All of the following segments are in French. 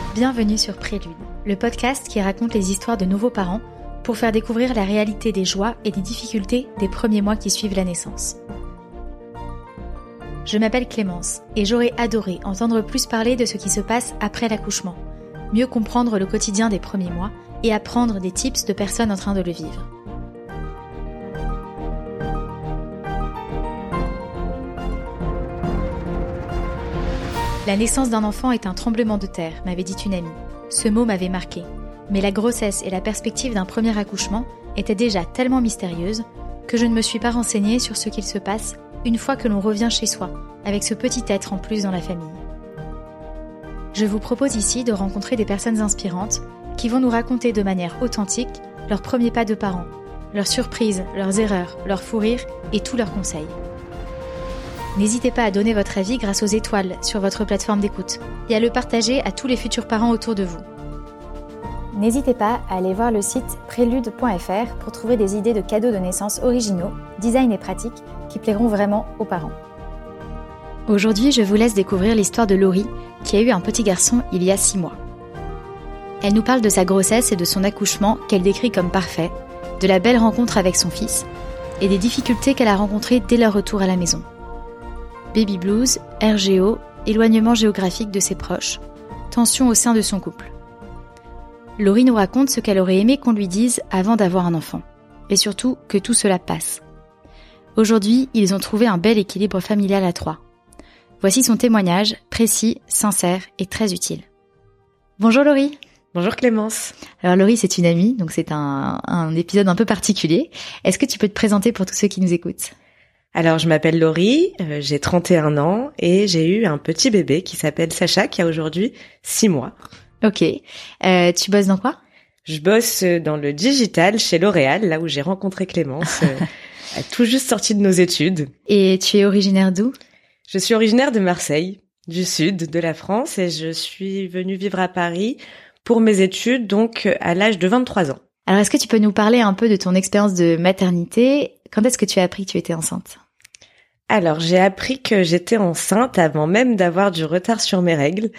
Bienvenue sur Prélude, le podcast qui raconte les histoires de nouveaux parents pour faire découvrir la réalité des joies et des difficultés des premiers mois qui suivent la naissance. Je m'appelle Clémence et j'aurais adoré entendre plus parler de ce qui se passe après l'accouchement, mieux comprendre le quotidien des premiers mois et apprendre des tips de personnes en train de le vivre. La naissance d'un enfant est un tremblement de terre, m'avait dit une amie. Ce mot m'avait marqué. Mais la grossesse et la perspective d'un premier accouchement étaient déjà tellement mystérieuses que je ne me suis pas renseignée sur ce qu'il se passe une fois que l'on revient chez soi, avec ce petit être en plus dans la famille. Je vous propose ici de rencontrer des personnes inspirantes qui vont nous raconter de manière authentique leurs premiers pas de parents, leurs surprises, leurs erreurs, leurs fous rires et tous leurs conseils. N'hésitez pas à donner votre avis grâce aux étoiles sur votre plateforme d'écoute et à le partager à tous les futurs parents autour de vous. N'hésitez pas à aller voir le site prélude.fr pour trouver des idées de cadeaux de naissance originaux, design et pratiques qui plairont vraiment aux parents. Aujourd'hui, je vous laisse découvrir l'histoire de Laurie qui a eu un petit garçon il y a 6 mois. Elle nous parle de sa grossesse et de son accouchement qu'elle décrit comme parfait, de la belle rencontre avec son fils et des difficultés qu'elle a rencontrées dès leur retour à la maison. Baby blues, RGO, éloignement géographique de ses proches, tension au sein de son couple. Laurie nous raconte ce qu'elle aurait aimé qu'on lui dise avant d'avoir un enfant, et surtout que tout cela passe. Aujourd'hui, ils ont trouvé un bel équilibre familial à 3. Voici son témoignage, précis, sincère et très utile. Bonjour Laurie. Bonjour Clémence. Alors Laurie, c'est une amie, donc c'est un épisode un peu particulier. Est-ce que tu peux te présenter pour tous ceux qui nous écoutent ? Alors, je m'appelle Laurie, j'ai 31 ans et j'ai eu un petit bébé qui s'appelle Sacha, qui a aujourd'hui 6 mois. Ok. Tu bosses dans quoi ? Je bosse dans le digital chez L'Oréal, là où j'ai rencontré Clémence, tout juste sortie de nos études. Et tu es originaire d'où ? Je suis originaire de Marseille, du sud de la France, et je suis venue vivre à Paris pour mes études, donc à l'âge de 23 ans. Alors, est-ce que tu peux nous parler un peu de ton expérience de maternité ? Quand est-ce que tu as appris que tu étais enceinte ? Alors, j'ai appris que j'étais enceinte avant même d'avoir du retard sur mes règles,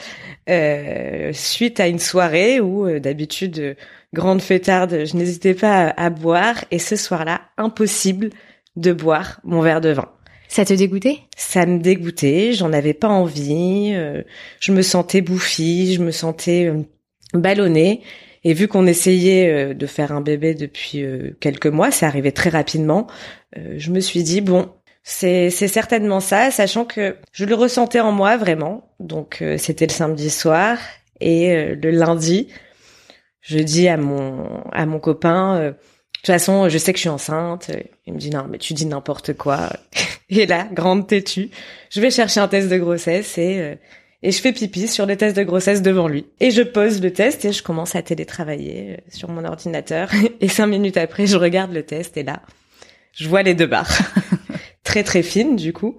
suite à une soirée où, d'habitude, grande fêtarde, je n'hésitais pas à boire. Et ce soir-là, impossible de boire mon verre de vin. Ça te dégoûtait ? Ça me dégoûtait, j'en avais pas envie, je me sentais bouffie, je me sentais ballonnée. Et vu qu'on essayait de faire un bébé depuis quelques mois, ça arrivait très rapidement, je me suis dit, bon, c'est certainement ça, sachant que je le ressentais en moi vraiment. Donc c'était le samedi soir et le lundi, je dis à mon copain, de toute façon, je sais que je suis enceinte. Il me dit, non, mais tu dis n'importe quoi. Et là, grande têtue, je vais chercher un test de grossesse et je fais pipi sur le test de grossesse devant lui. Et je pose le test et je commence à télétravailler sur mon ordinateur. Et 5 minutes après, je regarde le test et là, je vois les 2 barres. Très très fines du coup.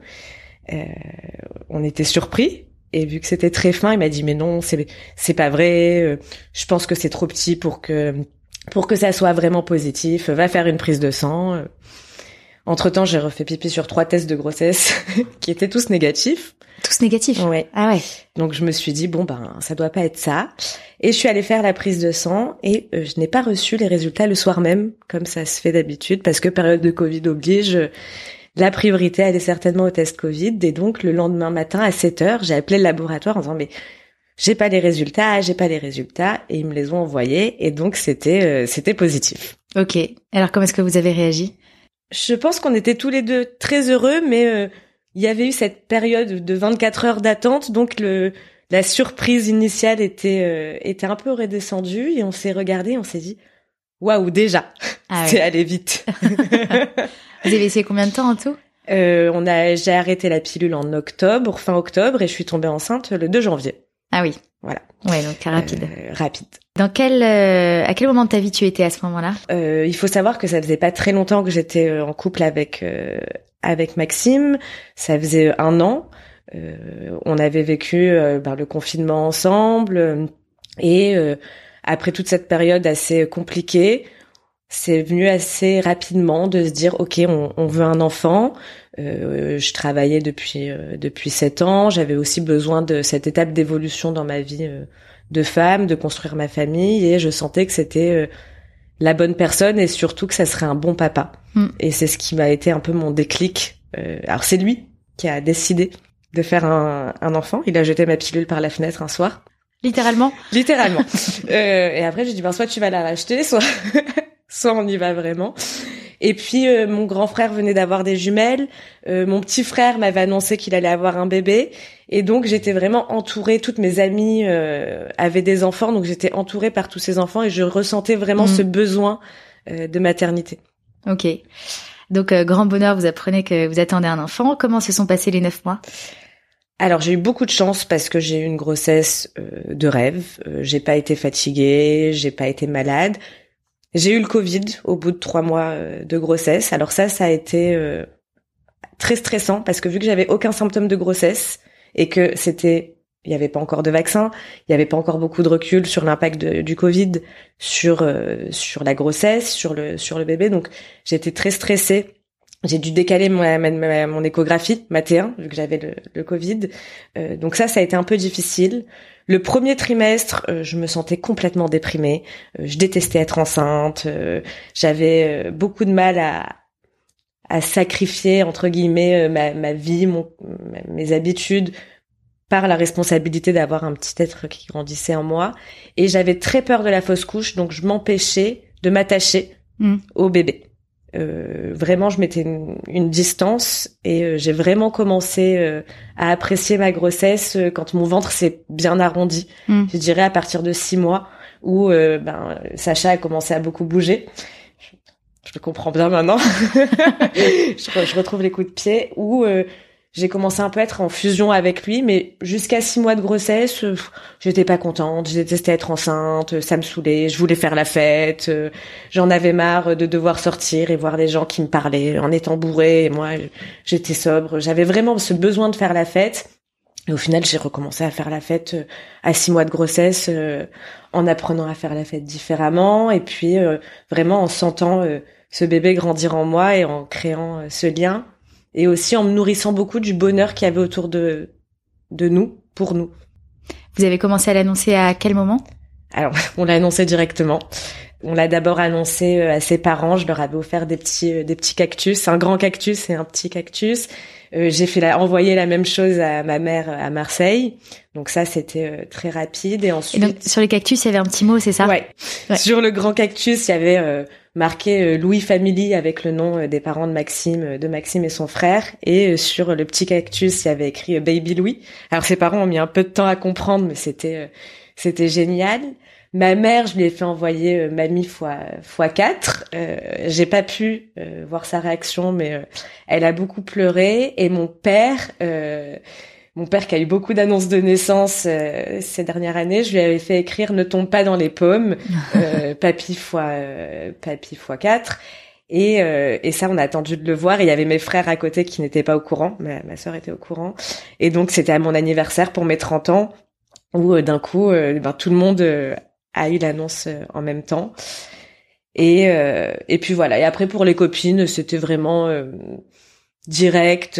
On était surpris. Et vu que c'était très fin, il m'a dit mais non, c'est pas vrai. Je pense que c'est trop petit pour que ça soit vraiment positif. Va faire une prise de sang. Entre-temps, j'ai refait pipi sur 3 tests de grossesse qui étaient tous négatifs. Tous négatifs ? Ouais. Ah ouais. Donc je me suis dit bon ça doit pas être ça. Et je suis allée faire la prise de sang et je n'ai pas reçu les résultats le soir même comme ça se fait d'habitude parce que période de Covid oblige, la priorité elle est certainement au test Covid et donc le lendemain matin à 7h, j'ai appelé le laboratoire en disant mais j'ai pas les résultats et ils me les ont envoyés et donc c'était positif. Ok. Alors comment est-ce que vous avez réagi ? Je pense qu'on était tous les deux très heureux mais il y avait eu cette période de 24 heures d'attente, donc la surprise initiale était un peu redescendue et on s'est regardé, on s'est dit waouh déjà, c'est allé vite. Vous avez essayé combien de temps en tout ? J'ai arrêté la pilule fin octobre et je suis tombée enceinte le 2 janvier. Ah oui. Voilà. Ouais, donc rapide. Rapide. À quel moment de ta vie tu étais à ce moment-là ? Il faut savoir que ça faisait pas très longtemps que j'étais en couple avec Maxime. Ça faisait 1 an. On avait vécu le confinement ensemble et après toute cette période assez compliquée, c'est venu assez rapidement de se dire ok, on veut un enfant. Je travaillais depuis 7 ans. J'avais aussi besoin de cette étape d'évolution dans ma vie de femme, de construire ma famille, et je sentais que c'était la bonne personne et surtout que ça serait un bon papa. Et c'est ce qui m'a été un peu mon déclic. Alors c'est lui qui a décidé de faire un enfant. Il a jeté ma pilule par la fenêtre un soir. Littéralement. Et après j'ai dit soit tu vas la racheter, soit on y va vraiment. Et puis mon grand frère venait d'avoir des jumelles, mon petit frère m'avait annoncé qu'il allait avoir un bébé, et donc j'étais vraiment entourée. Toutes mes amies avaient des enfants, donc j'étais entourée par tous ces enfants et je ressentais vraiment ce besoin de maternité. Ok. Donc grand bonheur, vous apprenez que vous attendez un enfant. Comment se sont passés les 9 mois ? Alors j'ai eu beaucoup de chance parce que j'ai eu une grossesse de rêve. J'ai pas été fatiguée, j'ai pas été malade. J'ai eu le Covid au bout de 3 mois de grossesse. Alors ça a été très stressant parce que vu que j'avais aucun symptôme de grossesse et que il y avait pas encore de vaccin, il y avait pas encore beaucoup de recul sur l'impact du Covid sur la grossesse, sur le bébé. Donc j'étais très stressée. J'ai dû décaler mon échographie, ma T1, vu que j'avais le Covid. Donc ça a été un peu difficile. Le premier trimestre, je me sentais complètement déprimée. Je détestais être enceinte. J'avais beaucoup de mal à sacrifier, entre guillemets, ma vie, mes habitudes, par la responsabilité d'avoir un petit être qui grandissait en moi. Et j'avais très peur de la fausse couche, donc je m'empêchais de m'attacher au bébé. Vraiment, je mettais une distance et j'ai vraiment commencé à apprécier ma grossesse quand mon ventre s'est bien arrondi. Je dirais à partir de 6 mois où Sacha a commencé à beaucoup bouger. Je le comprends bien maintenant. je retrouve les coups de pied où j'ai commencé un peu à être en fusion avec lui, mais jusqu'à 6 mois de grossesse, j'étais pas contente, je détestais être enceinte, ça me saoulait, je voulais faire la fête, j'en avais marre de devoir sortir et voir des gens qui me parlaient en étant bourrée, et moi j'étais sobre, j'avais vraiment ce besoin de faire la fête. Et au final, j'ai recommencé à faire la fête à 6 mois de grossesse, en apprenant à faire la fête différemment, et puis vraiment en sentant ce bébé grandir en moi et en créant ce lien. Et aussi en me nourrissant beaucoup du bonheur qu'il y avait autour de nous, pour nous. Vous avez commencé à l'annoncer à quel moment ? Alors, on l'a annoncé directement. On l'a d'abord annoncé à ses parents. Je leur avais offert des petits cactus, un grand cactus et un petit cactus. J'ai envoyé la même chose à ma mère à Marseille. Donc ça, c'était très rapide. Et ensuite, donc, sur les cactus, il y avait un petit mot, c'est ça ? Ouais. Sur le grand cactus, il y avait marqué Louis Family avec le nom des parents de Maxime et son frère. Et sur le petit cactus, il y avait écrit Baby Louis. Alors ses parents ont mis un peu de temps à comprendre, mais c'était génial. Ma mère, je lui ai fait envoyer mamie fois 4. J'ai pas pu voir sa réaction, mais elle a beaucoup pleuré. Et mon père qui a eu beaucoup d'annonces de naissance ces dernières années, je lui avais fait écrire Ne tombe pas dans les pommes, papy fois 4. Et ça, on a attendu de le voir. Et il y avait mes frères à côté qui n'étaient pas au courant. Ma sœur était au courant. Et donc, c'était à mon anniversaire pour mes 30 ans où d'un coup, tout le monde a eu l'annonce en même temps. Et puis voilà. Et après, pour les copines, c'était vraiment direct.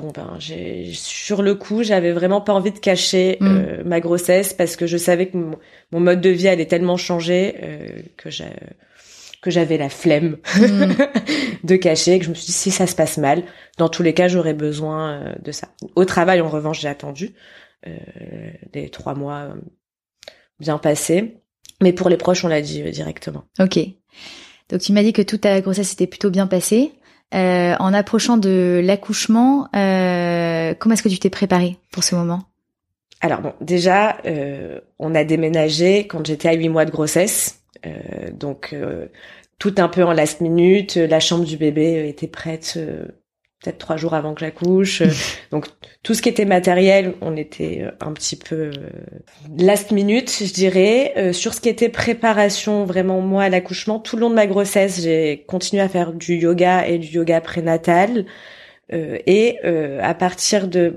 Sur le coup, j'avais vraiment pas envie de cacher ma grossesse parce que je savais que mon mode de vie allait tellement changer que j'avais la flemme de cacher, que je me suis dit si ça se passe mal, dans tous les cas, j'aurais besoin de ça. Au travail, en revanche, j'ai attendu les 3 mois bien passés. Mais pour les proches, on l'a dit directement. Ok. Donc tu m'as dit que toute ta grossesse s'était plutôt bien passée. En approchant de l'accouchement, comment est-ce que tu t'es préparée pour ce moment ? Alors bon, déjà, on a déménagé quand j'étais à 8 mois de grossesse. Donc tout un peu en last minute. La chambre du bébé était prête peut-être 3 jours avant que j'accouche. Donc tout ce qui était matériel, on était un petit peu last minute, je dirais. Sur ce qui était préparation, vraiment moi à l'accouchement, tout le long de ma grossesse, j'ai continué à faire du yoga et du yoga prénatal. À partir du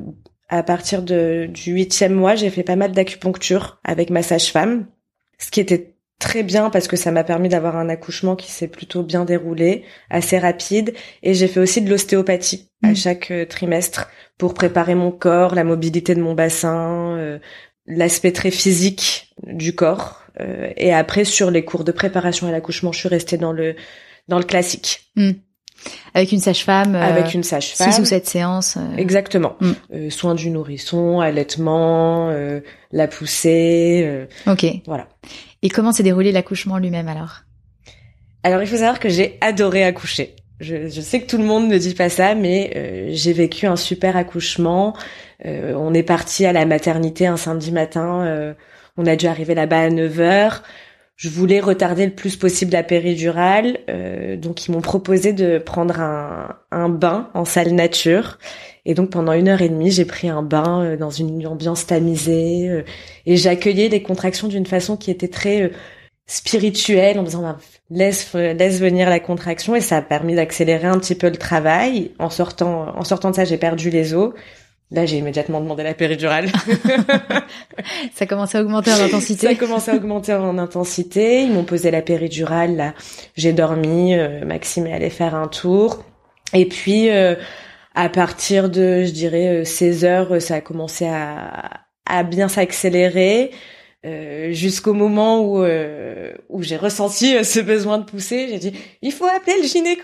8e mois, j'ai fait pas mal d'acupuncture avec ma sage-femme, ce qui était très bien parce que ça m'a permis d'avoir un accouchement qui s'est plutôt bien déroulé, assez rapide. Et j'ai fait aussi de l'ostéopathie à chaque trimestre pour préparer mon corps, la mobilité de mon bassin, l'aspect très physique du corps. Et après, sur les cours de préparation à l'accouchement, je suis restée dans le classique. Avec une sage-femme. Avec une sage-femme. 6 ou 7 séances. Exactement. Soins du nourrisson, allaitement, la poussée. Ok. Voilà. Et comment s'est déroulé l'accouchement lui-même alors ? Alors, il faut savoir que j'ai adoré accoucher. Je sais que tout le monde ne dit pas ça, mais j'ai vécu un super accouchement. On est parti à la maternité un samedi matin. On a dû arriver là-bas à 9h. Je voulais retarder le plus possible la péridurale, donc ils m'ont proposé de prendre un bain en salle nature. Et donc pendant 1h30, j'ai pris un bain dans une ambiance tamisée et j'accueillais les contractions d'une façon qui était très spirituelle, en me disant laisse venir la contraction, et ça a permis d'accélérer un petit peu le travail. En sortant de ça, j'ai perdu les os. Là, j'ai immédiatement demandé la péridurale. Ça commençait à augmenter en intensité. Ça a commencé à augmenter en intensité. Ils m'ont posé la péridurale. Là, j'ai dormi. Maxime est allé faire un tour. Et puis, à partir de, je dirais, 16h, ça a commencé à bien s'accélérer. Jusqu'au moment où j'ai ressenti ce besoin de pousser, j'ai dit il faut appeler le gynéco.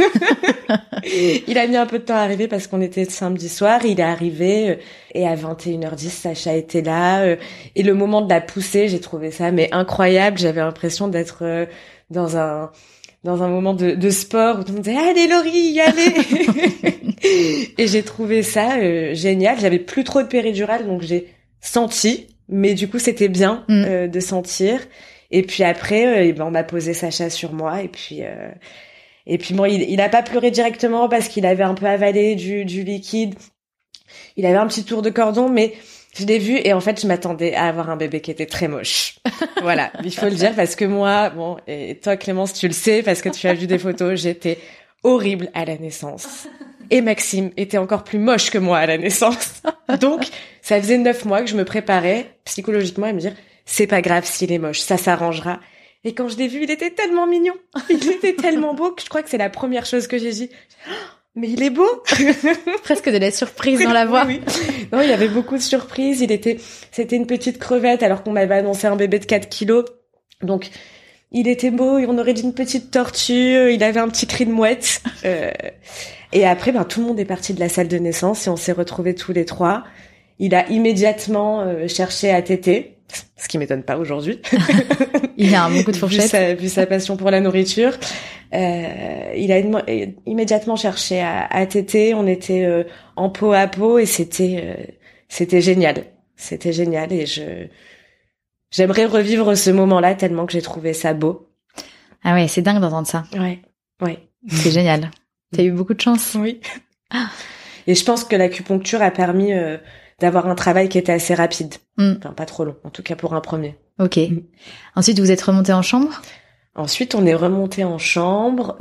Il a mis un peu de temps à arriver parce qu'on était samedi soir, il est arrivé et à 21h10 Sacha était là et le moment de la poussée, j'ai trouvé ça mais incroyable, j'avais l'impression d'être dans un moment de sport où tout le monde disait allez Laurie, allez. Et j'ai trouvé ça génial, j'avais plus trop de péridurale donc j'ai senti. Mais du coup, c'était bien de sentir. Et puis après, on m'a posé Sacha sur moi. Et puis bon, il a pas pleuré directement parce qu'il avait un peu avalé du liquide. Il avait un petit tour de cordon, mais je l'ai vu. Et en fait, je m'attendais à avoir un bébé qui était très moche. Voilà, il faut le dire parce que moi, bon, et toi Clémence, tu le sais parce que tu as vu des photos, j'étais horrible à la naissance. Et Maxime était encore plus moche que moi à la naissance. Donc, ça faisait 9 mois que je me préparais psychologiquement à me dire, c'est pas grave s'il est moche, ça s'arrangera. Et quand je l'ai vu, il était tellement mignon. Il était tellement beau que je crois que c'est la première chose que j'ai dit. Oh, mais il est beau. Presque de la surprise dans la voix. Oui. Non, il y avait beaucoup de surprises. C'était une petite crevette alors qu'on m'avait annoncé un bébé de 4 kilos. Donc, il était beau, on aurait dit une petite tortue, il avait un petit cri de mouette. Et après, tout le monde est parti de la salle de naissance et on s'est retrouvés tous les trois. Il a immédiatement cherché à téter, ce qui m'étonne pas aujourd'hui. Il a un bon coup de fourchette. Vu sa passion pour la nourriture. Il a immédiatement cherché à téter. On était en peau à peau et c'était génial. C'était génial et j'aimerais revivre ce moment-là tellement que j'ai trouvé ça beau. Ah ouais, c'est dingue d'entendre ça. Ouais. C'est génial. T'as eu beaucoup de chance. Oui. Et je pense que l'acupuncture a permis d'avoir un travail qui était assez rapide. Enfin, pas trop long, en tout cas pour un premier. Ok. Ensuite, vous êtes remonté en chambre ? Ensuite, on est remonté en chambre.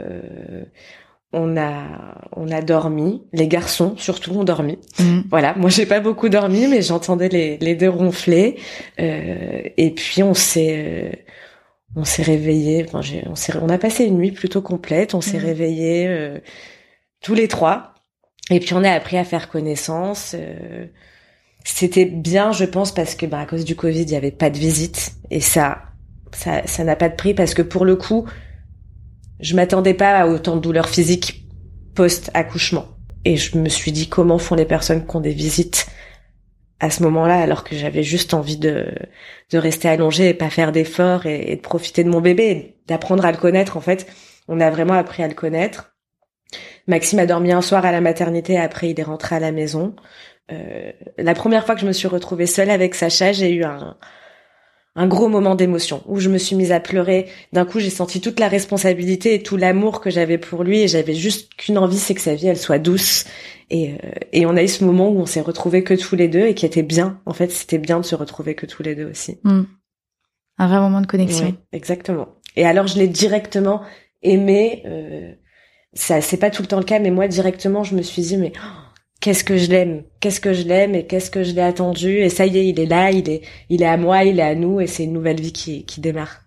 On a dormi. Les garçons, surtout, ont dormi. Voilà. Moi, j'ai pas beaucoup dormi, mais j'entendais les deux ronfler. Et puis, on s'est réveillés. Enfin, on a passé une nuit plutôt complète. On s'est réveillés tous les trois. Et puis, on a appris à faire connaissance. C'était bien, je pense, parce que à cause du Covid, il y avait pas de visite. Et ça n'a pas de prix parce que pour le coup, je m'attendais pas à autant de douleurs physiques post-accouchement. Et je me suis dit comment font les personnes qui ont des visites à ce moment-là, alors que j'avais juste envie de rester allongée et pas faire d'efforts et de profiter de mon bébé et d'apprendre à le connaître. En fait, on a vraiment appris à le connaître. Maxime a dormi un soir à la maternité, après il est rentré à la maison. La première fois que je me suis retrouvée seule avec Sacha, j'ai eu un gros moment d'émotion où je me suis mise à pleurer. D'un coup, j'ai senti toute la responsabilité et tout l'amour que j'avais pour lui et j'avais juste qu'une envie, c'est que sa vie, elle soit douce. Et on a eu ce moment où on s'est retrouvés que tous les deux et qui était bien. En fait, c'était bien de se retrouver que tous les deux aussi. Un vrai moment de connexion. Oui, exactement. Et alors, je l'ai directement aimé. Ça, c'est pas tout le temps le cas, mais moi, directement, je me suis dit, mais qu'est-ce que je l'aime et qu'est-ce que je l'ai attendu, et ça y est, il est là, il est à moi, il est à nous, et c'est une nouvelle vie qui démarre.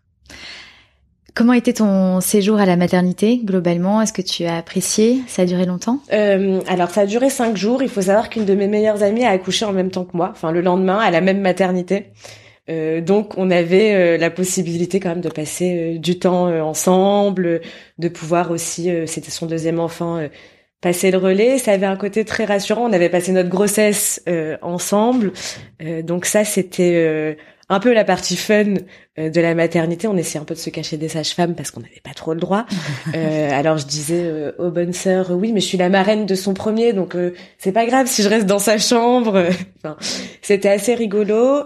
Comment était ton séjour à la maternité, globalement? Est-ce que tu as apprécié? Ça a duré longtemps? Alors, ça a duré 5 jours. Il faut savoir qu'une de mes meilleures amies a accouché en même temps que moi, enfin le lendemain, à la même maternité. Donc, on avait la possibilité quand même de passer du temps ensemble, de pouvoir aussi, c'était son deuxième enfant, passer le relais. Ça avait un côté très rassurant. On avait passé notre grossesse ensemble. Donc ça, c'était un peu la partie fun de la maternité. On essayait un peu de se cacher des sages-femmes parce qu'on n'avait pas trop le droit. Alors je disais aux bonnes sœurs, oui, mais je suis la marraine de son premier, donc c'est pas grave si je reste dans sa chambre. Enfin, c'était assez rigolo.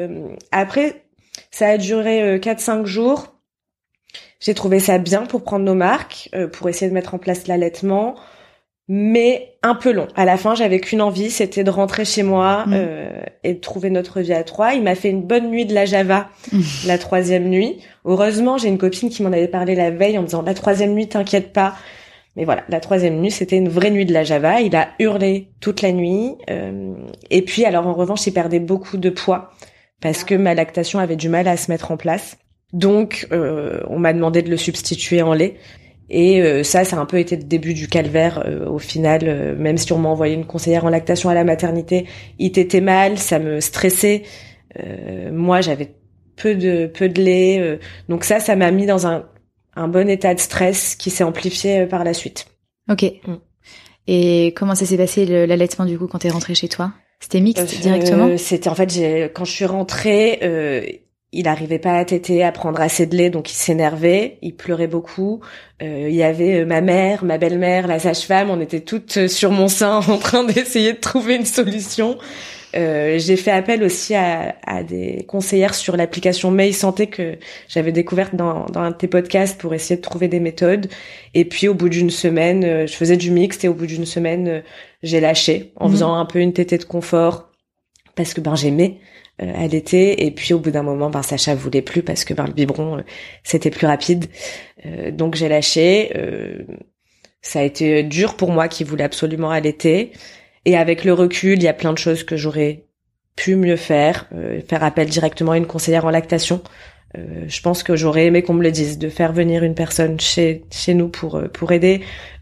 Après, ça a duré 4-5 jours. J'ai trouvé ça bien pour prendre nos marques, pour essayer de mettre en place l'allaitement, mais un peu long. À la fin, j'avais qu'une envie, c'était de rentrer chez moi et de trouver notre vie à 3. Il m'a fait une bonne nuit de la Java, la 3e nuit. Heureusement, j'ai une copine qui m'en avait parlé la veille en me disant, la 3e nuit, t'inquiète pas. Mais voilà, la 3e nuit, c'était une vraie nuit de la Java. Il a hurlé toute la nuit. Et puis, alors en revanche, il perdait beaucoup de poids parce que ma lactation avait du mal à se mettre en place. Donc, on m'a demandé de le substituer en lait. Et ça a un peu été le début du calvaire. Au final, même si on m'a envoyé une conseillère en lactation à la maternité, il t'était mal, ça me stressait. Moi, j'avais peu de lait. Donc ça m'a mis dans un bon état de stress qui s'est amplifié par la suite. Ok. Et comment ça s'est passé l'allaitement du coup quand t'es rentrée chez toi? C'était mixte directement? C'était en fait, quand je suis rentrée, il arrivait pas à téter, à prendre assez de lait, donc il s'énervait, il pleurait beaucoup. Il y avait ma mère, ma belle-mère, la sage-femme, on était toutes sur mon sein en train d'essayer de trouver une solution. J'ai fait appel aussi à des conseillères sur l'application May Santé que j'avais découverte dans un de tes podcasts pour essayer de trouver des méthodes. Et puis au bout d'une semaine, je faisais du mixte et au bout d'une semaine, j'ai lâché en faisant un peu une tétée de confort parce que j'aimais allaiter, et puis au bout d'un moment Sacha voulait plus parce que le biberon c'était plus rapide, donc j'ai lâché. Ça a été dur pour moi qui voulais absolument allaiter, et avec le recul il y a plein de choses que j'aurais pu mieux faire appel directement à une conseillère en lactation. Je pense que j'aurais aimé qu'on me le dise, de faire venir une personne chez nous pour aider.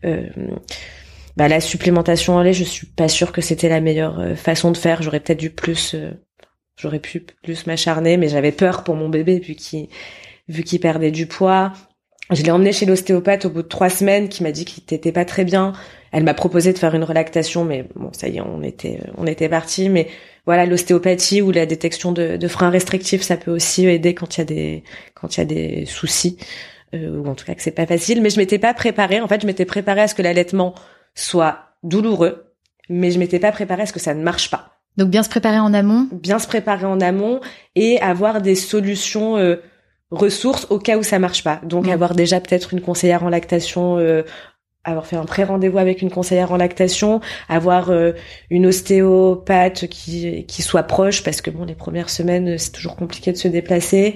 La supplémentation en lait, je suis pas sûre que c'était la meilleure façon de faire. J'aurais peut-être dû j'aurais pu plus m'acharner, mais j'avais peur pour mon bébé vu qu'il perdait du poids. Je l'ai emmené chez l'ostéopathe au bout de 3 semaines, qui m'a dit qu'il t'était pas très bien. Elle m'a proposé de faire une relactation, mais bon, ça y est, on était partis. Mais voilà, l'ostéopathie ou la détection de freins restrictifs, ça peut aussi aider quand il y a des soucis, ou en tout cas que c'est pas facile. Mais je m'étais pas préparée. En fait, je m'étais préparée à ce que l'allaitement soit douloureux, mais je m'étais pas préparée à ce que ça ne marche pas. Donc bien se préparer en amont? Bien se préparer en amont et avoir des solutions ressources au cas où ça marche pas. Donc avoir déjà peut-être une conseillère en lactation, avoir fait un pré-rendez-vous avec une conseillère en lactation, avoir une ostéopathe qui soit proche, parce que les premières semaines c'est toujours compliqué de se déplacer,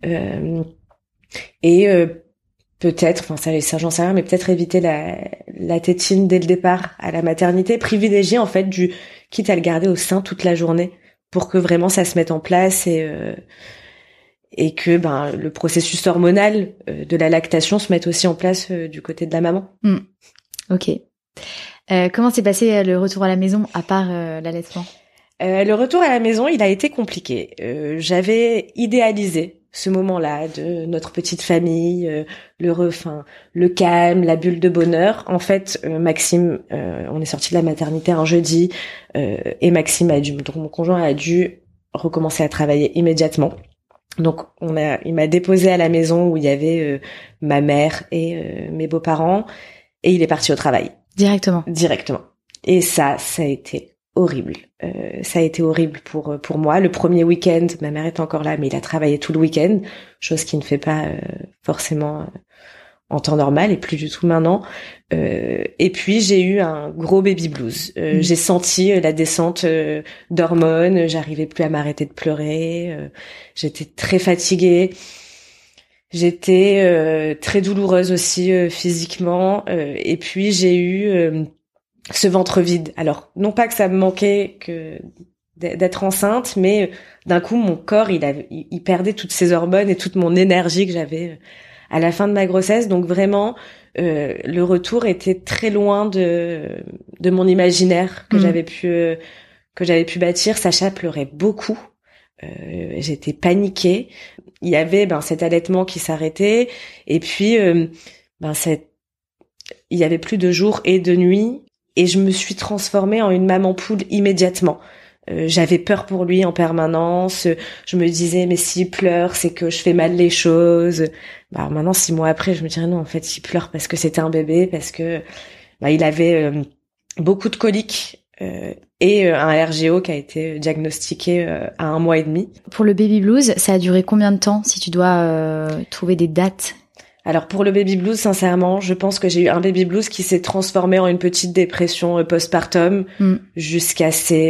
et peut-être, ça j'en sais rien, mais peut-être éviter la tétine dès le départ à la maternité, privilégier en fait quitte à le garder au sein toute la journée pour que vraiment ça se mette en place, et que le processus hormonal de la lactation se mette aussi en place du côté de la maman. Ok. Comment s'est passé le retour à la maison à part l'allaitement? Le retour à la maison, il a été compliqué. J'avais idéalisé ce moment-là de notre petite famille, le calme, la bulle de bonheur. En fait, Maxime, on est sorti de la maternité un jeudi, et Maxime donc mon conjoint a dû recommencer à travailler immédiatement. Donc il m'a déposé à la maison où il y avait ma mère et mes beaux-parents, et il est parti au travail. Directement. Et ça a été horrible. Ça a été horrible pour moi. Le premier week-end, ma mère était encore là, mais il a travaillé tout le week-end, chose qu'il ne fait pas forcément en temps normal, et plus du tout maintenant. Et puis j'ai eu un gros baby blues. J'ai senti la descente d'hormones. J'arrivais plus à m'arrêter de pleurer. J'étais très fatiguée. J'étais très douloureuse aussi physiquement. Et puis j'ai eu ce ventre vide. Alors, non pas que ça me manquait que d'être enceinte, mais d'un coup, mon corps, il perdait toutes ses hormones et toute mon énergie que j'avais à la fin de ma grossesse. Donc vraiment, le retour était très loin de mon imaginaire que j'avais pu bâtir. Sacha pleurait beaucoup. J'étais paniquée. Il y avait cet allaitement qui s'arrêtait, et puis il y avait plus de jours et de nuits, et je me suis transformée en une maman poule immédiatement. J'avais peur pour lui en permanence. Je me disais, mais s'il pleure, c'est que je fais mal les choses. Maintenant, 6 mois après, je me dirais non, en fait, il pleure parce que c'était un bébé, parce que il avait beaucoup de coliques et un RGO qui a été diagnostiqué à 1 mois et demi. Pour le baby blues, ça a duré combien de temps, si tu dois trouver des dates? Alors pour le baby blues, sincèrement, je pense que j'ai eu un baby blues qui s'est transformé en une petite dépression postpartum jusqu'à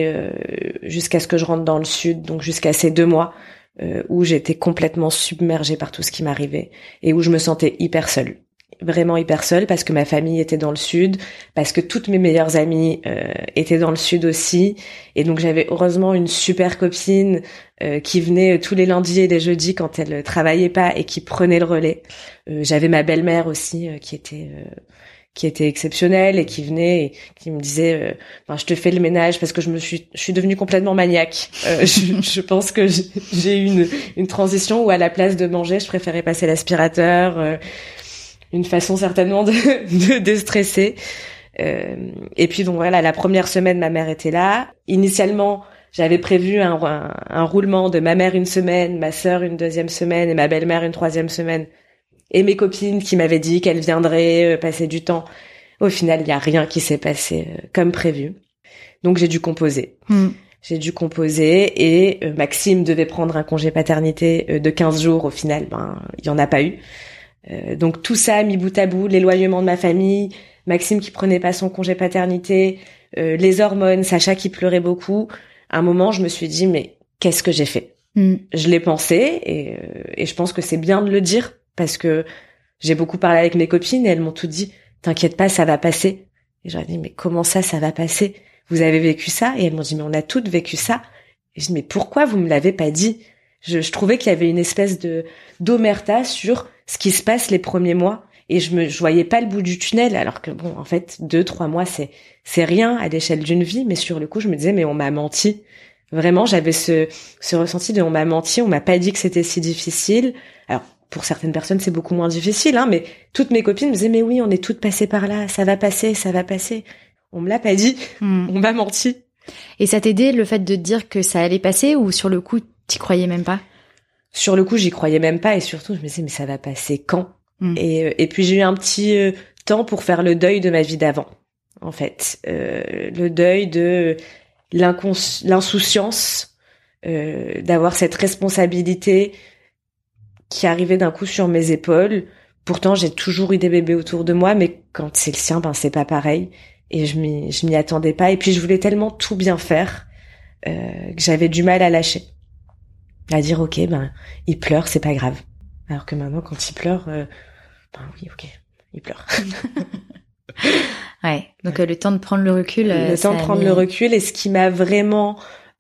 ce que je rentre dans le sud, donc jusqu'à ces 2 mois où j'étais complètement submergée par tout ce qui m'arrivait et où je me sentais hyper seule. Vraiment hyper seule, parce que ma famille était dans le sud, parce que toutes mes meilleures amies étaient dans le sud aussi, et donc j'avais heureusement une super copine qui venait tous les lundis et les jeudis quand elle travaillait pas et qui prenait le relais. J'avais ma belle-mère aussi qui était exceptionnelle et qui venait et qui me disait je te fais le ménage, parce que je suis devenue complètement maniaque. Je pense que j'ai eu une transition où à la place de manger, je préférais passer l'aspirateur. Une façon certainement de déstresser. Et puis donc voilà, la première semaine, ma mère était là. Initialement, j'avais prévu un roulement de ma mère 1 semaine, ma sœur 1 2e semaine et ma belle-mère 1 3e semaine. Et mes copines qui m'avaient dit qu'elles viendraient passer du temps. Au final, il n'y a rien qui s'est passé comme prévu. Donc j'ai dû composer. J'ai dû composer et Maxime devait prendre un congé paternité de 15 jours. Au final, il y en a pas eu. Donc tout ça mis bout à bout, l'éloignement de ma famille, Maxime qui prenait pas son congé paternité, les hormones, Sacha qui pleurait beaucoup. À un moment, je me suis dit, mais qu'est-ce que j'ai fait? Je l'ai pensé et je pense que c'est bien de le dire, parce que j'ai beaucoup parlé avec mes copines et elles m'ont toutes dit, t'inquiète pas, ça va passer. Et j'aurais dit, mais comment ça va passer? Vous avez vécu ça? Et elles m'ont dit, mais on a toutes vécu ça. Et je dis, mais pourquoi vous me l'avez pas dit? Je trouvais qu'il y avait une espèce d'omerta sur ce qui se passe les premiers mois, et je voyais pas le bout du tunnel, alors que en fait 2-3 mois c'est rien à l'échelle d'une vie, mais sur le coup je me disais, mais on m'a menti. Vraiment, j'avais ce ressenti de on m'a menti, on m'a pas dit que c'était si difficile. Alors pour certaines personnes c'est beaucoup moins difficile, mais toutes mes copines me disaient, mais oui, on est toutes passées par là, ça va passer. On me l'a pas dit, on m'a menti. Et ça t'aidait, le fait de te dire que ça allait passer, ou sur le coup t'y croyais même pas? Sur le coup, j'y croyais même pas, et surtout, je me disais, mais ça va passer quand? Et puis j'ai eu un petit temps pour faire le deuil de ma vie d'avant, en fait. Le deuil de l'insouciance, d'avoir cette responsabilité qui arrivait d'un coup sur mes épaules. Pourtant, j'ai toujours eu des bébés autour de moi, mais quand c'est le sien, c'est pas pareil. Et je m'y attendais pas. Et puis, je voulais tellement tout bien faire que j'avais du mal à lâcher. À dire, ok, il pleure, c'est pas grave. Alors que maintenant, quand il pleure, oui, ok, il pleure. Ouais. Donc, le temps de prendre le recul. Le temps de prendre le recul. Et ce qui m'a vraiment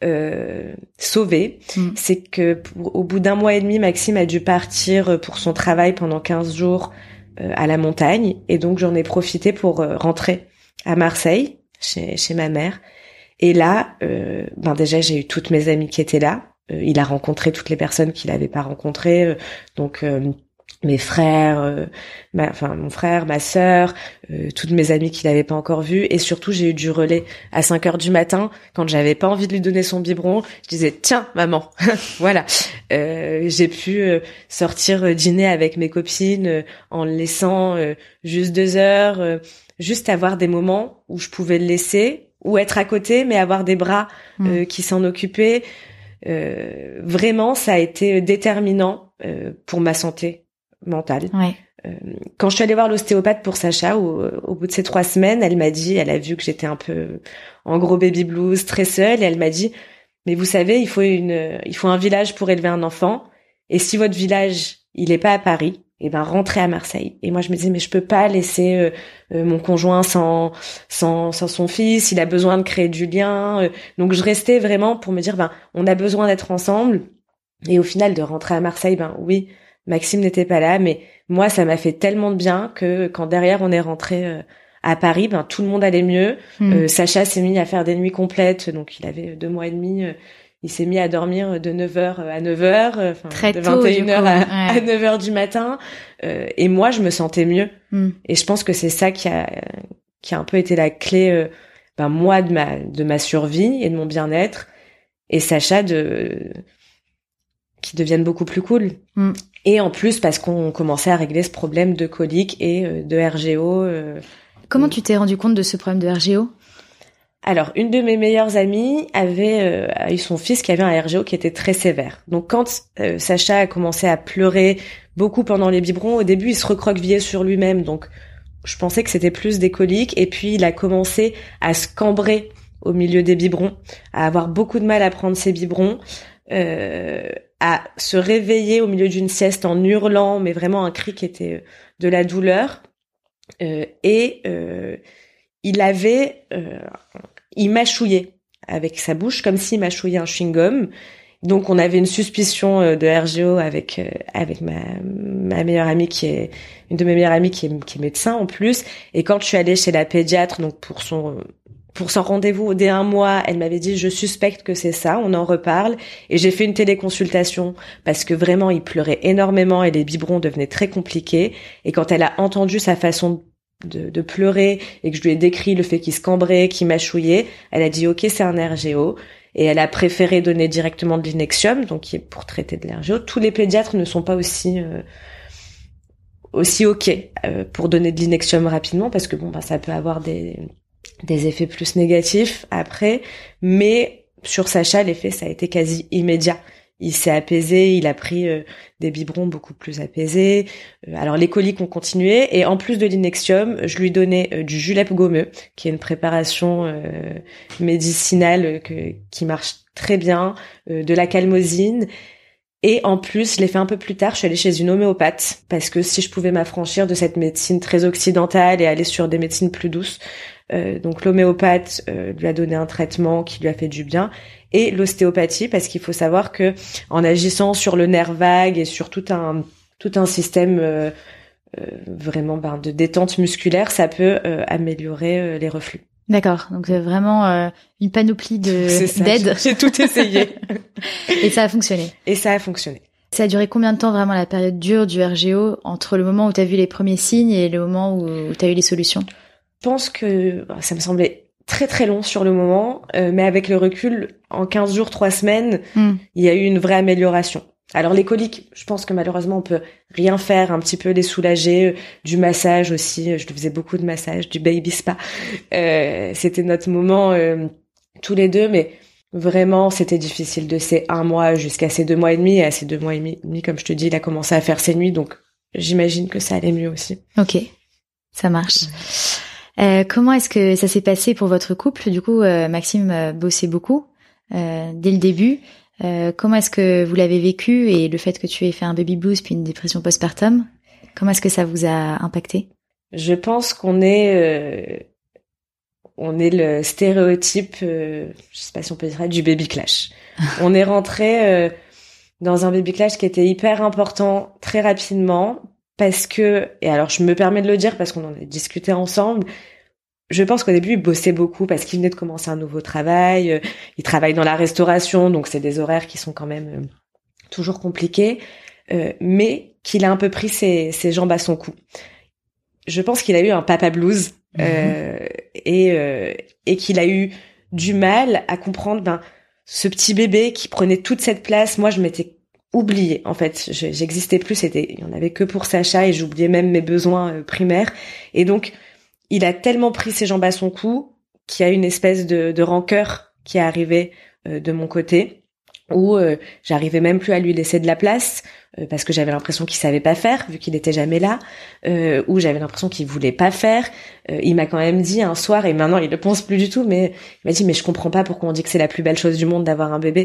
sauvée, c'est que au bout d'1 mois et demi, Maxime a dû partir pour son travail pendant 15 jours à la montagne. Et donc, j'en ai profité pour rentrer à Marseille, chez ma mère. Et là, déjà, j'ai eu toutes mes amies qui étaient là. Il a rencontré toutes les personnes qu'il n'avait pas rencontrées, donc mes frères, mon frère, ma sœur, toutes mes amies qu'il n'avait pas encore vues, et surtout j'ai eu du relais à 5h du matin quand j'avais pas envie de lui donner son biberon. Je disais, tiens maman, voilà. J'ai pu sortir dîner avec mes copines en le laissant juste 2 heures, juste avoir des moments où je pouvais le laisser, ou être à côté mais avoir des bras qui s'en occupaient. Vraiment, ça a été déterminant pour ma santé mentale. Ouais. Quand je suis allée voir l'ostéopathe pour Sacha, au bout de ces 3 semaines, elle a vu que j'étais un peu en gros baby blues, très seule, et elle m'a dit, mais vous savez, il faut un village pour élever un enfant, et si votre village, il est pas à Paris, et ben rentrer à Marseille. Et moi je me disais mais je peux pas laisser mon conjoint sans son fils, il a besoin de créer du lien. Donc je restais vraiment pour me dire ben on a besoin d'être ensemble. Et au final de rentrer à Marseille, ben oui, Maxime n'était pas là, mais moi ça m'a fait tellement de bien que quand derrière on est rentré à Paris, ben tout le monde allait mieux. Sacha s'est mis à faire des nuits complètes, donc il avait 2 mois et demi. Il s'est mis à dormir de 9h à 9h, Très de tôt, 21h à 9h du matin. Et moi, je me sentais mieux. Et je pense que c'est ça qui a un peu été la clé, moi, de ma survie et de mon bien-être. Et Sacha qui devienne beaucoup plus cool. Et en plus, parce qu'on commençait à régler ce problème de colique et de RGO. Comment tu t'es rendu compte de ce problème de RGO ? Alors, une de mes meilleures amies avait eu son fils qui avait un RGO qui était très sévère. Donc, quand Sacha a commencé à pleurer beaucoup pendant les biberons, au début, il se recroquevillait sur lui-même. Donc, je pensais que c'était plus des coliques. Et puis, il a commencé à se cambrer au milieu des biberons, à avoir beaucoup de mal à prendre ses biberons, à se réveiller au milieu d'une sieste en hurlant, mais vraiment un cri qui était de la douleur. Il mâchouillait avec sa bouche comme s'il mâchouillait un chewing-gum. Donc on avait une suspicion de RGO avec ma meilleure amie qui est une de mes meilleures amies qui est médecin en plus. Et quand je suis allée chez la pédiatre donc pour son rendez-vous dès 1 mois, elle m'avait dit je suspecte que c'est ça, on en reparle. Et j'ai fait une téléconsultation parce que vraiment il pleurait énormément et les biberons devenaient très compliqués. Et quand elle a entendu sa façon de pleurer et que je lui ai décrit le fait qu'il se cambrait, qu'il mâchouillait, elle a dit ok c'est un RGO et elle a préféré donner directement de l'Inexium donc qui est pour traiter de l'RGO. Tous les pédiatres ne sont pas aussi ok pour donner de l'Inexium rapidement parce que ça peut avoir des effets plus négatifs après, mais sur Sacha l'effet ça a été quasi immédiat. Il s'est apaisé, il a pris des biberons beaucoup plus apaisés. Alors les coliques ont continué et en plus de l'Inexium, je lui donnais du julep gommeux, qui est une préparation médicinale qui marche très bien, de la calmosine. Et en plus, je l'ai fait un peu plus tard, je suis allée chez une homéopathe parce que si je pouvais m'affranchir de cette médecine très occidentale et aller sur des médecines plus douces, donc l'homéopathe lui a donné un traitement qui lui a fait du bien et l'ostéopathie parce qu'il faut savoir que en agissant sur le nerf vague et sur tout un système vraiment de détente musculaire, ça peut améliorer les reflux. D'accord, donc c'est vraiment une panoplie d'aides. J'ai tout essayé. Et ça a fonctionné. Et ça a fonctionné. Ça a duré combien de temps vraiment la période dure du RGO entre le moment où tu as vu les premiers signes et le moment où tu as eu les solutions ? Je pense que ça me semblait très très long sur le moment, mais avec le recul, en 15 jours, 3 semaines, il y a eu une vraie amélioration. Alors les coliques, je pense que malheureusement on peut rien faire, un petit peu les soulager, du massage aussi, je lui faisais beaucoup de massage, du baby spa. C'était notre moment tous les deux, mais vraiment c'était difficile de ces 1 mois jusqu'à ces 2 mois et demi. Et à ces 2 mois et demi, comme je te dis, il a commencé à faire ses nuits, donc j'imagine que ça allait mieux aussi. Ok, ça marche. Comment est-ce que ça s'est passé pour votre couple ? Du coup, Maxime bossait beaucoup dès le début. Comment est-ce que vous l'avez vécu et le fait que tu aies fait un baby blues puis une dépression postpartum, comment est-ce que ça vous a impacté ? Je pense qu'on est le stéréotype, je sais pas si on peut dire ça, du baby clash. On est rentré dans un baby clash qui était hyper important très rapidement parce que, et alors je me permets de le dire parce qu'on en a discuté ensemble, je pense qu'au début, il bossait beaucoup parce qu'il venait de commencer un nouveau travail. Il travaille dans la restauration, donc c'est des horaires qui sont quand même toujours compliqués, mais qu'il a un peu pris ses jambes à son cou. Je pense qu'il a eu un papa blues et qu'il a eu du mal à comprendre ce petit bébé qui prenait toute cette place. Moi, je m'étais oubliée. En fait, j'existais plus. Il y en avait que pour Sacha et j'oubliais même mes besoins primaires. Et donc il a tellement pris ses jambes à son cou qu'il y a une espèce de rancœur qui est arrivée de mon côté où j'arrivais même plus à lui laisser de la place parce que j'avais l'impression qu'il savait pas faire vu qu'il était jamais là, où j'avais l'impression qu'il voulait pas faire. Il m'a quand même dit un soir, et maintenant il le pense plus du tout, mais il m'a dit mais je comprends pas pourquoi on dit que c'est la plus belle chose du monde d'avoir un bébé.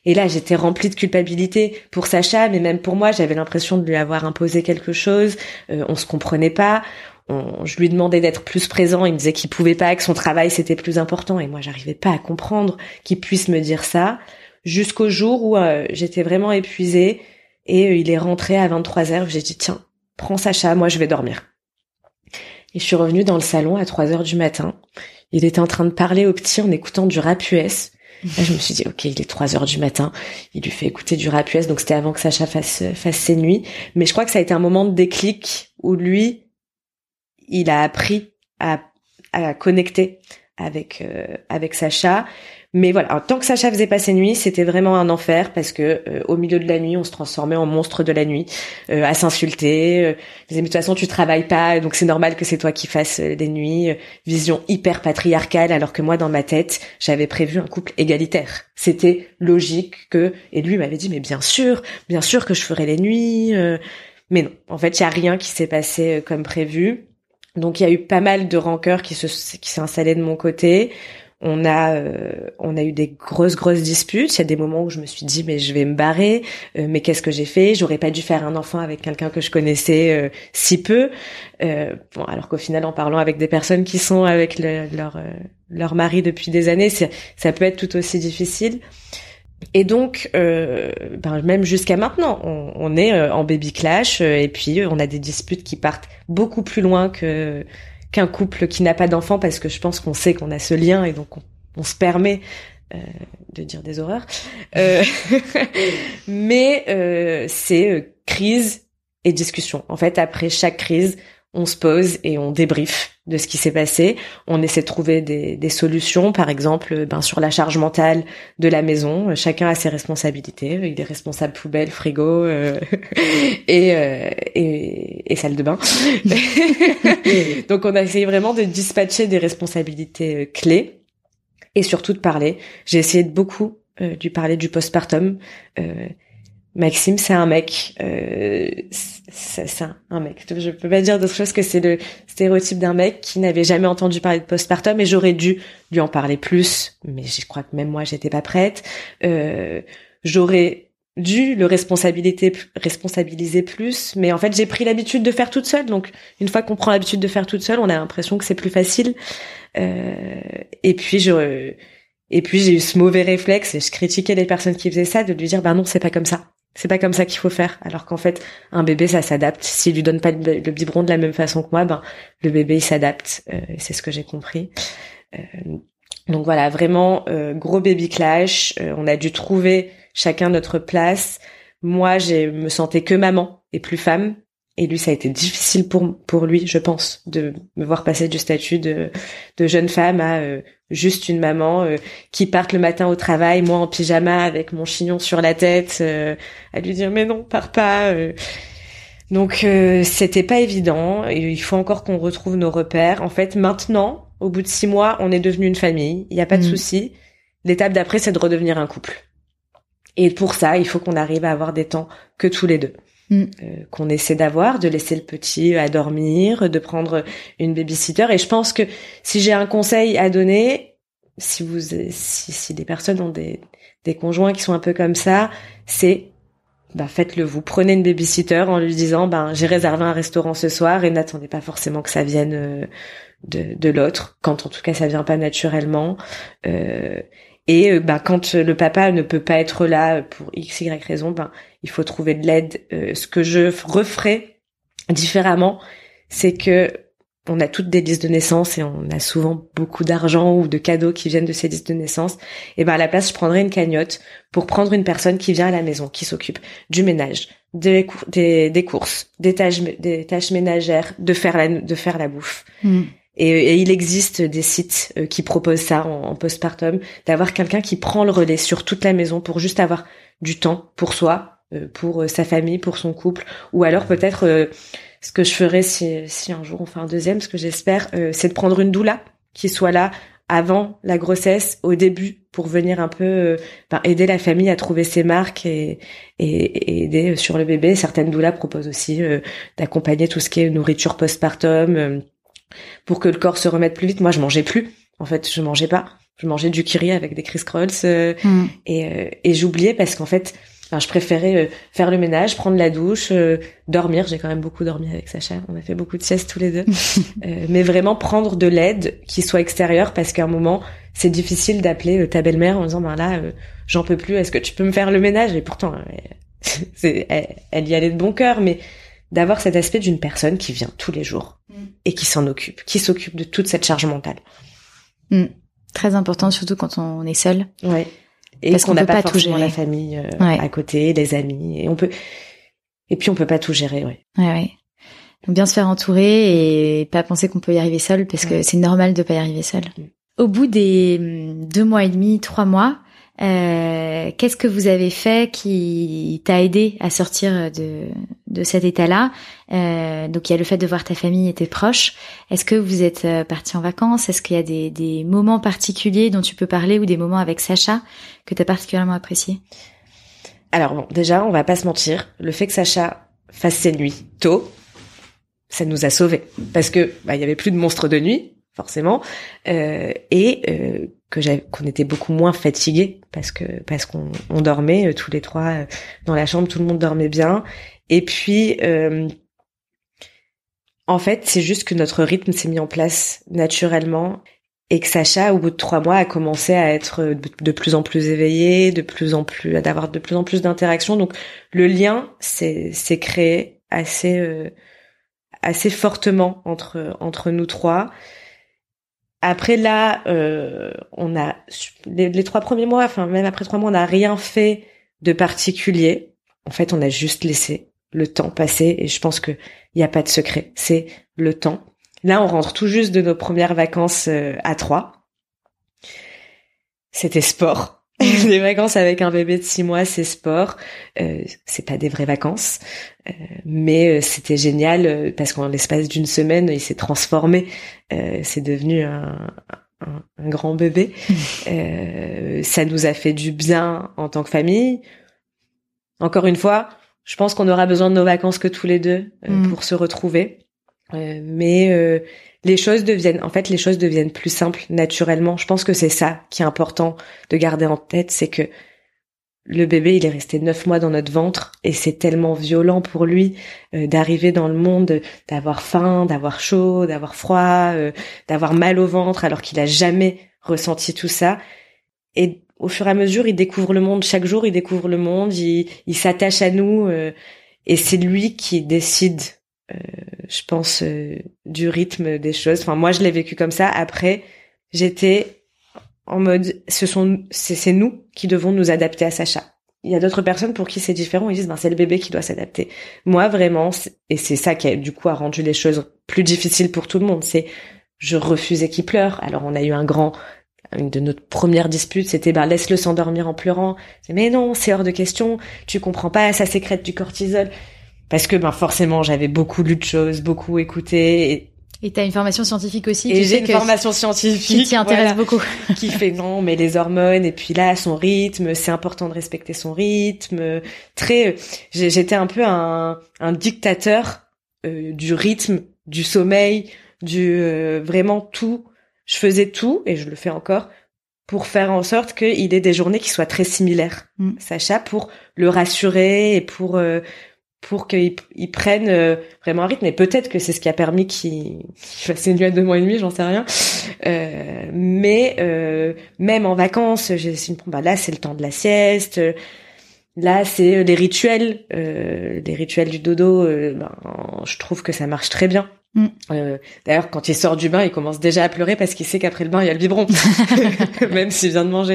Et là, j'étais remplie de culpabilité pour Sacha, mais même pour moi, j'avais l'impression de lui avoir imposé quelque chose. On se comprenait pas. Je lui demandais d'être plus présent. Il me disait qu'il pouvait pas, que son travail c'était plus important. Et moi, j'arrivais pas à comprendre qu'il puisse me dire ça. Jusqu'au jour où j'étais vraiment épuisée et il est rentré à 23h. J'ai dit tiens, prends Sacha, moi je vais dormir. Et je suis revenue dans le salon à 3h du matin. Il était en train de parler au petit en écoutant du rap US. Là, je me suis dit, ok, il est 3h du matin. Il lui fait écouter du rap US. Donc, c'était avant que Sacha fasse ses nuits. Mais je crois que ça a été un moment de déclic où lui, il a appris à connecter avec Sacha. Mais voilà, alors, tant que Sacha faisait pas ses nuits, c'était vraiment un enfer parce que au milieu de la nuit, on se transformait en monstre de la nuit, à s'insulter. Je disais, mais de toute façon, tu travailles pas, donc c'est normal que c'est toi qui fasses des nuits. Vision hyper patriarcale, alors que moi, dans ma tête, j'avais prévu un couple égalitaire. C'était logique que... Et lui m'avait dit, mais bien sûr que je ferai les nuits. Mais non, en fait, il y a rien qui s'est passé comme prévu. Donc, il y a eu pas mal de rancœur qui s'est installée de mon côté. On a eu des grosses disputes. Il y a des moments où je me suis dit mais je vais me barrer. Mais qu'est-ce que j'ai fait? J'aurais pas dû faire un enfant avec quelqu'un que je connaissais si peu. Bon, alors qu'au final, en parlant avec des personnes qui sont avec leur mari depuis des années, ça peut être tout aussi difficile. Et donc, même jusqu'à maintenant, on est en baby clash et puis on a des disputes qui partent beaucoup plus loin qu'un couple qui n'a pas d'enfant, parce que je pense qu'on sait qu'on a ce lien et donc on se permet de dire des horreurs. Mais c'est crise et discussion. En fait, après chaque crise, on se pose et on débriefe de ce qui s'est passé. On essaie de trouver des solutions, par exemple, sur la charge mentale de la maison. Chacun a ses responsabilités. Il est responsable poubelle, frigo et salle de bain. Donc, on a essayé vraiment de dispatcher des responsabilités clés et surtout de parler. J'ai essayé de beaucoup lui parler du postpartum. Maxime, c'est un mec. C'est un mec. Je peux pas dire d'autre chose que c'est le stéréotype d'un mec qui n'avait jamais entendu parler de postpartum, et j'aurais dû lui en parler plus, mais je crois que même moi, j'étais pas prête. J'aurais dû le responsabiliser plus, mais en fait, j'ai pris l'habitude de faire toute seule. Donc, une fois qu'on prend l'habitude de faire toute seule, on a l'impression que c'est plus facile. Et puis j'ai eu ce mauvais réflexe, et je critiquais les personnes qui faisaient ça, de lui dire, non, c'est pas comme ça. C'est pas comme ça qu'il faut faire. Alors qu'en fait, un bébé, ça s'adapte. S'il lui donne pas le biberon de la même façon que moi, le bébé, il s'adapte. C'est ce que j'ai compris. Donc voilà, vraiment, gros baby clash. On a dû trouver chacun notre place. Moi, je me sentais que maman et plus femme. Et lui, ça a été difficile pour lui, je pense, de me voir passer du statut de jeune femme à juste une maman qui parte le matin au travail, moi en pyjama avec mon chignon sur la tête, à lui dire mais non, pars pas. Donc c'était pas évident. Et il faut encore qu'on retrouve nos repères. En fait, maintenant, au bout de 6 mois, on est devenu une famille. Il y a pas de souci. L'étape d'après, c'est de redevenir un couple. Et pour ça, il faut qu'on arrive à avoir des temps que tous les deux. Qu'on essaie d'avoir, de laisser le petit à dormir, de prendre une babysitter. Et je pense que si j'ai un conseil à donner, si des personnes ont des conjoints qui sont un peu comme ça, c'est faites-le vous. Prenez une babysitter en lui disant j'ai réservé un restaurant ce soir, et n'attendez pas forcément que ça vienne de l'autre, quand en tout cas ça vient pas naturellement. Et quand le papa ne peut pas être là pour x, y raison, il faut trouver de l'aide. Ce que je referai différemment, c'est que on a toutes des listes de naissance et on a souvent beaucoup d'argent ou de cadeaux qui viennent de ces listes de naissance. Et à la place, je prendrai une cagnotte pour prendre une personne qui vient à la maison, qui s'occupe du ménage, des courses, des tâches ménagères, de faire la bouffe. Et il existe des sites qui proposent ça en postpartum, d'avoir quelqu'un qui prend le relais sur toute la maison pour juste avoir du temps pour soi, pour sa famille, pour son couple, ou alors peut-être ce que je ferais si un jour on fait un deuxième, ce que j'espère, c'est de prendre une doula qui soit là avant la grossesse, au début, pour venir un peu aider la famille à trouver ses marques et aider sur le bébé. Certaines doulas proposent aussi d'accompagner tout ce qui est nourriture postpartum, pour que le corps se remette plus vite. Moi, je mangeais plus. En fait, je mangeais pas. je mangeais du kiri avec des Criss Rolls et j'oubliais parce qu'en fait, je préférais faire le ménage, prendre la douche, dormir. J'ai quand même beaucoup dormi avec Sacha. On a fait beaucoup de siestes tous les deux. Mais vraiment prendre de l'aide qui soit extérieure parce qu'à un moment, c'est difficile d'appeler ta belle-mère en disant j'en peux plus. Est-ce que tu peux me faire le ménage? Et pourtant, elle y allait de bon cœur, mais d'avoir cet aspect d'une personne qui vient tous les jours et qui s'en occupe, qui s'occupe de toute cette charge mentale. Très important, surtout quand on est seul. Ouais. Et parce qu'on n'a pas forcément la famille à côté, les amis, et puis on peut pas tout gérer, Ouais. Donc bien se faire entourer et pas penser qu'on peut y arriver seul, parce que c'est normal de pas y arriver seul. Au bout des 2 mois et demi, 3 mois, qu'est-ce que vous avez fait qui t'a aidé à sortir de cet état-là? Donc il y a le fait de voir ta famille et tes proches. Est-ce que vous êtes partis en vacances? Est-ce qu'il y a des moments particuliers dont tu peux parler, ou des moments avec Sacha que t'as particulièrement appréciés? Alors bon, déjà, on va pas se mentir, le fait que Sacha fasse ses nuits tôt, ça nous a sauvés, parce que il y avait plus de monstres de nuit, forcément, et qu'on était beaucoup moins fatigués parce qu'on dormait tous les 3 dans la chambre, tout le monde dormait bien. Et puis en fait, c'est juste que notre rythme s'est mis en place naturellement, et que Sacha, au bout de 3 mois, a commencé à être de plus en plus éveillé, d'avoir de plus en plus d'interactions. Donc le lien s'est créé assez fortement entre nous 3. Après là, on a les 3 premiers mois, enfin même après 3 mois, on n'a rien fait de particulier. En fait, on a juste laissé le temps passer, et je pense que il y a pas de secret, c'est le temps. Là, on rentre tout juste de nos premières vacances à 3. C'était sport. Les vacances avec un bébé de 6 mois, c'est sport. C'est pas des vraies vacances, mais c'était génial parce qu'en l'espace d'une semaine, il s'est transformé. C'est devenu un grand bébé. Ça nous a fait du bien en tant que famille. Encore une fois, je pense qu'on aura besoin de nos vacances que tous les deux pour se retrouver. Mais les choses deviennent plus simples naturellement. Je pense que c'est ça qui est important de garder en tête, c'est que le bébé, il est resté 9 mois dans notre ventre, et c'est tellement violent pour lui d'arriver dans le monde, d'avoir faim, d'avoir chaud, d'avoir froid, d'avoir mal au ventre, alors qu'il a jamais ressenti tout ça. Et au fur et à mesure, il découvre le monde. Chaque jour, il découvre le monde, il s'attache à nous, et c'est lui qui décide, je pense, du rythme des choses. Enfin, moi, je l'ai vécu comme ça. Après, j'étais en mode, c'est nous qui devons nous adapter à Sacha. Il y a d'autres personnes pour qui c'est différent. Ils disent, c'est le bébé qui doit s'adapter. Moi, vraiment, et c'est ça qui du coup a rendu les choses plus difficiles pour tout le monde. Je refusais qu'il pleure. Alors, on a eu une de notre première dispute, c'était laisse-le s'endormir en pleurant. Mais non, c'est hors de question. Tu comprends pas, ça sécrète du cortisol. Parce que forcément, j'avais beaucoup lu de choses, beaucoup écouté. Et t'as une formation scientifique aussi. Et j'ai une formation scientifique qui t'y intéresse beaucoup. Qui fait non, mais les hormones, et puis là, son rythme, c'est important de respecter son rythme. J'étais un peu un dictateur du rythme, du sommeil, vraiment tout. Je faisais tout, et je le fais encore, pour faire en sorte qu'il ait des journées qui soient très similaires. Sacha, pour le rassurer et pour qu'il prenne vraiment un rythme. Et peut-être que c'est ce qui a permis qu'il fasse une nuit à 2 mois et demi, j'en sais rien. Mais même en vacances, là c'est le temps de la sieste. Là c'est les rituels du dodo. Je trouve que ça marche très bien. D'ailleurs, quand il sort du bain, il commence déjà à pleurer parce qu'il sait qu'après le bain, il y a le biberon, même s'il vient de manger.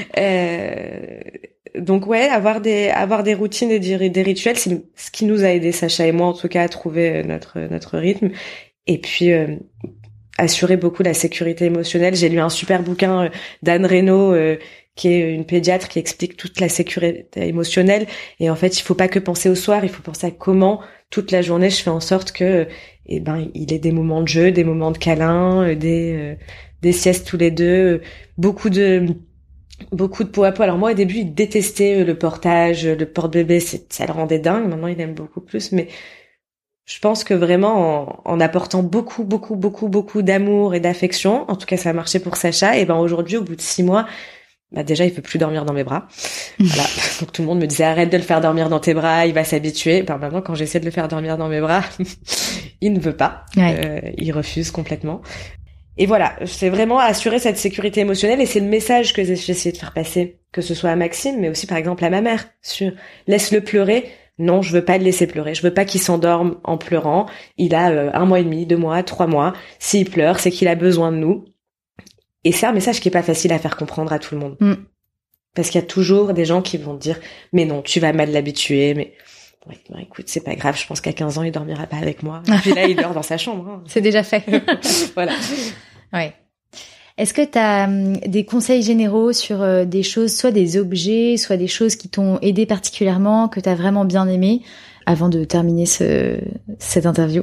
Donc avoir des routines et des rituels, c'est ce qui nous a aidé, Sacha et moi en tout cas, à trouver notre rythme. Et puis assurer beaucoup la sécurité émotionnelle. J'ai lu un super bouquin d'Anne Reynaud, qui est une pédiatre, qui explique toute la sécurité émotionnelle. Et en fait, il faut pas que penser au soir, il faut penser à comment toute la journée je fais en sorte que il ait des moments de jeu, des moments de câlin, des siestes tous les deux, beaucoup de peau à peau. Alors moi au début il détestait le portage, le porte-bébé, ça le rendait dingue. Maintenant il aime beaucoup plus, mais Je pense que vraiment en apportant beaucoup d'amour et d'affection, en tout cas ça a marché pour Sacha, et ben aujourd'hui au bout de 6 mois, déjà il peut plus dormir dans mes bras. Voilà. Donc tout le monde me disait arrête de le faire dormir dans tes bras, il va s'habituer. Maintenant quand j'essaie de le faire dormir dans mes bras, il ne veut pas. Ouais. Il refuse complètement. Et voilà, c'est vraiment assurer cette sécurité émotionnelle, et c'est le message que j'ai essayé de faire passer, que ce soit à Maxime, mais aussi par exemple à ma mère, sur laisse-le pleurer. Non, je veux pas le laisser pleurer. Je veux pas qu'il s'endorme en pleurant. Il a 1 mois et demi, 2 mois, 3 mois. S'il pleure, c'est qu'il a besoin de nous. Et c'est un message qui est pas facile à faire comprendre à tout le monde. Parce qu'il y a toujours des gens qui vont te dire, mais non, tu vas mal l'habituer, mais ouais, écoute, c'est pas grave, je pense qu'à 15 ans, il dormira pas avec moi. Et puis là, il dort dans sa chambre. Hein. C'est déjà fait. Voilà. Ouais. Est-ce que tu as des conseils généraux sur des choses, soit des objets, soit des choses qui t'ont aidé particulièrement, que tu as vraiment bien aimé, avant de terminer cette interview?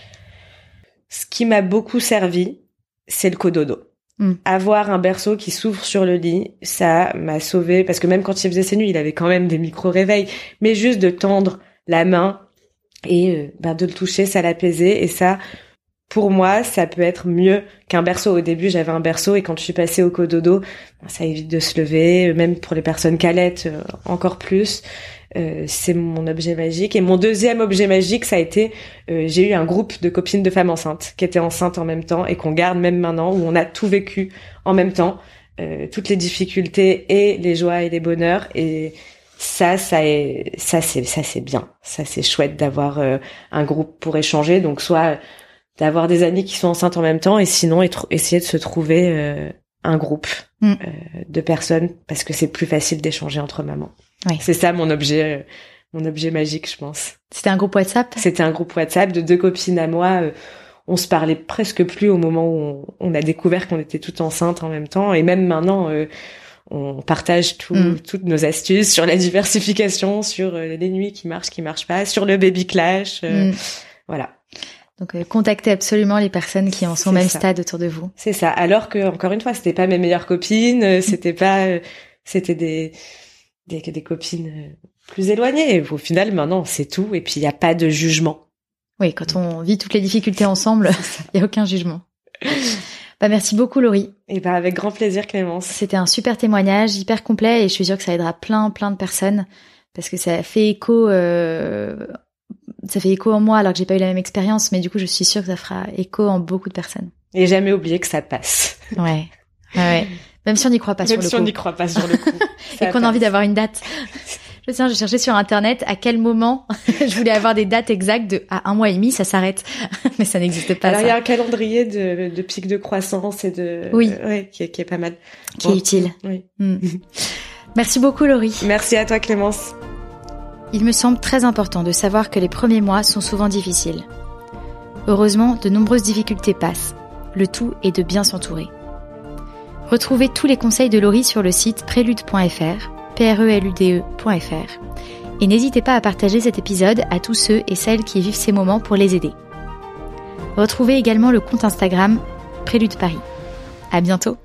Ce qui m'a beaucoup servi, c'est le cododo. Avoir un berceau qui s'ouvre sur le lit, ça m'a sauvée, parce que même quand il faisait ses nuits, il avait quand même des micro-réveils, mais juste de tendre la main et de le toucher, ça l'apaisait, et ça... Pour moi, ça peut être mieux qu'un berceau. Au début, j'avais un berceau, et quand je suis passée au cododo, ça évite de se lever. Même pour les personnes qui allaitent, encore plus. C'est mon objet magique. Et mon deuxième objet magique, ça a été... j'ai eu un groupe de copines de femmes enceintes qui étaient enceintes en même temps et qu'on garde même maintenant, où on a tout vécu en même temps. Toutes les difficultés et les joies et les bonheurs. Et ça c'est bien. Ça, c'est chouette d'avoir un groupe pour échanger. Donc, soit... d'avoir des amis qui sont enceintes en même temps, et sinon essayer de se trouver un groupe de personnes, parce que c'est plus facile d'échanger entre mamans. Oui. C'est ça mon objet magique, je pense. C'était un groupe WhatsApp? C'était un groupe WhatsApp de 2 copines à moi. On se parlait presque plus au moment où on a découvert qu'on était toutes enceintes en même temps, et même maintenant on partage toutes nos astuces sur la diversification, sur les nuits qui marchent pas, sur le baby clash. Voilà. Donc contactez absolument les personnes qui en sont au même stade autour de vous. C'est ça. Alors que, encore une fois, c'était pas mes meilleures copines, c'était des copines plus éloignées. Et au final, maintenant, c'est tout. Et puis il y a pas de jugement. Oui, quand on vit toutes les difficultés ensemble, il y a aucun jugement. Merci beaucoup, Laurie. Et avec grand plaisir, Clémence. C'était un super témoignage, hyper complet, et je suis sûre que ça aidera plein de personnes, parce que ça fait écho en moi, alors que j'ai pas eu la même expérience, mais du coup, je suis sûre que ça fera écho en beaucoup de personnes. Et jamais oublier que ça passe. Ouais. Même si on n'y croit pas sur le coup. Même si on n'y croit pas sur le coup. Et qu'on a envie d'avoir une date. J'ai cherché sur Internet à quel moment je voulais avoir des dates exactes à 1 mois et demi, ça s'arrête. Mais ça n'existe pas. Alors, il y a un calendrier de pic de croissance et qui est pas mal. Qui est utile. Oui. Merci beaucoup, Laurie. Merci à toi, Clémence. Il me semble très important de savoir que les premiers mois sont souvent difficiles. Heureusement, de nombreuses difficultés passent. Le tout est de bien s'entourer. Retrouvez tous les conseils de Laurie sur le site prelude.fr, prelude.fr, et n'hésitez pas à partager cet épisode à tous ceux et celles qui vivent ces moments pour les aider. Retrouvez également le compte Instagram Prélude Paris. À bientôt.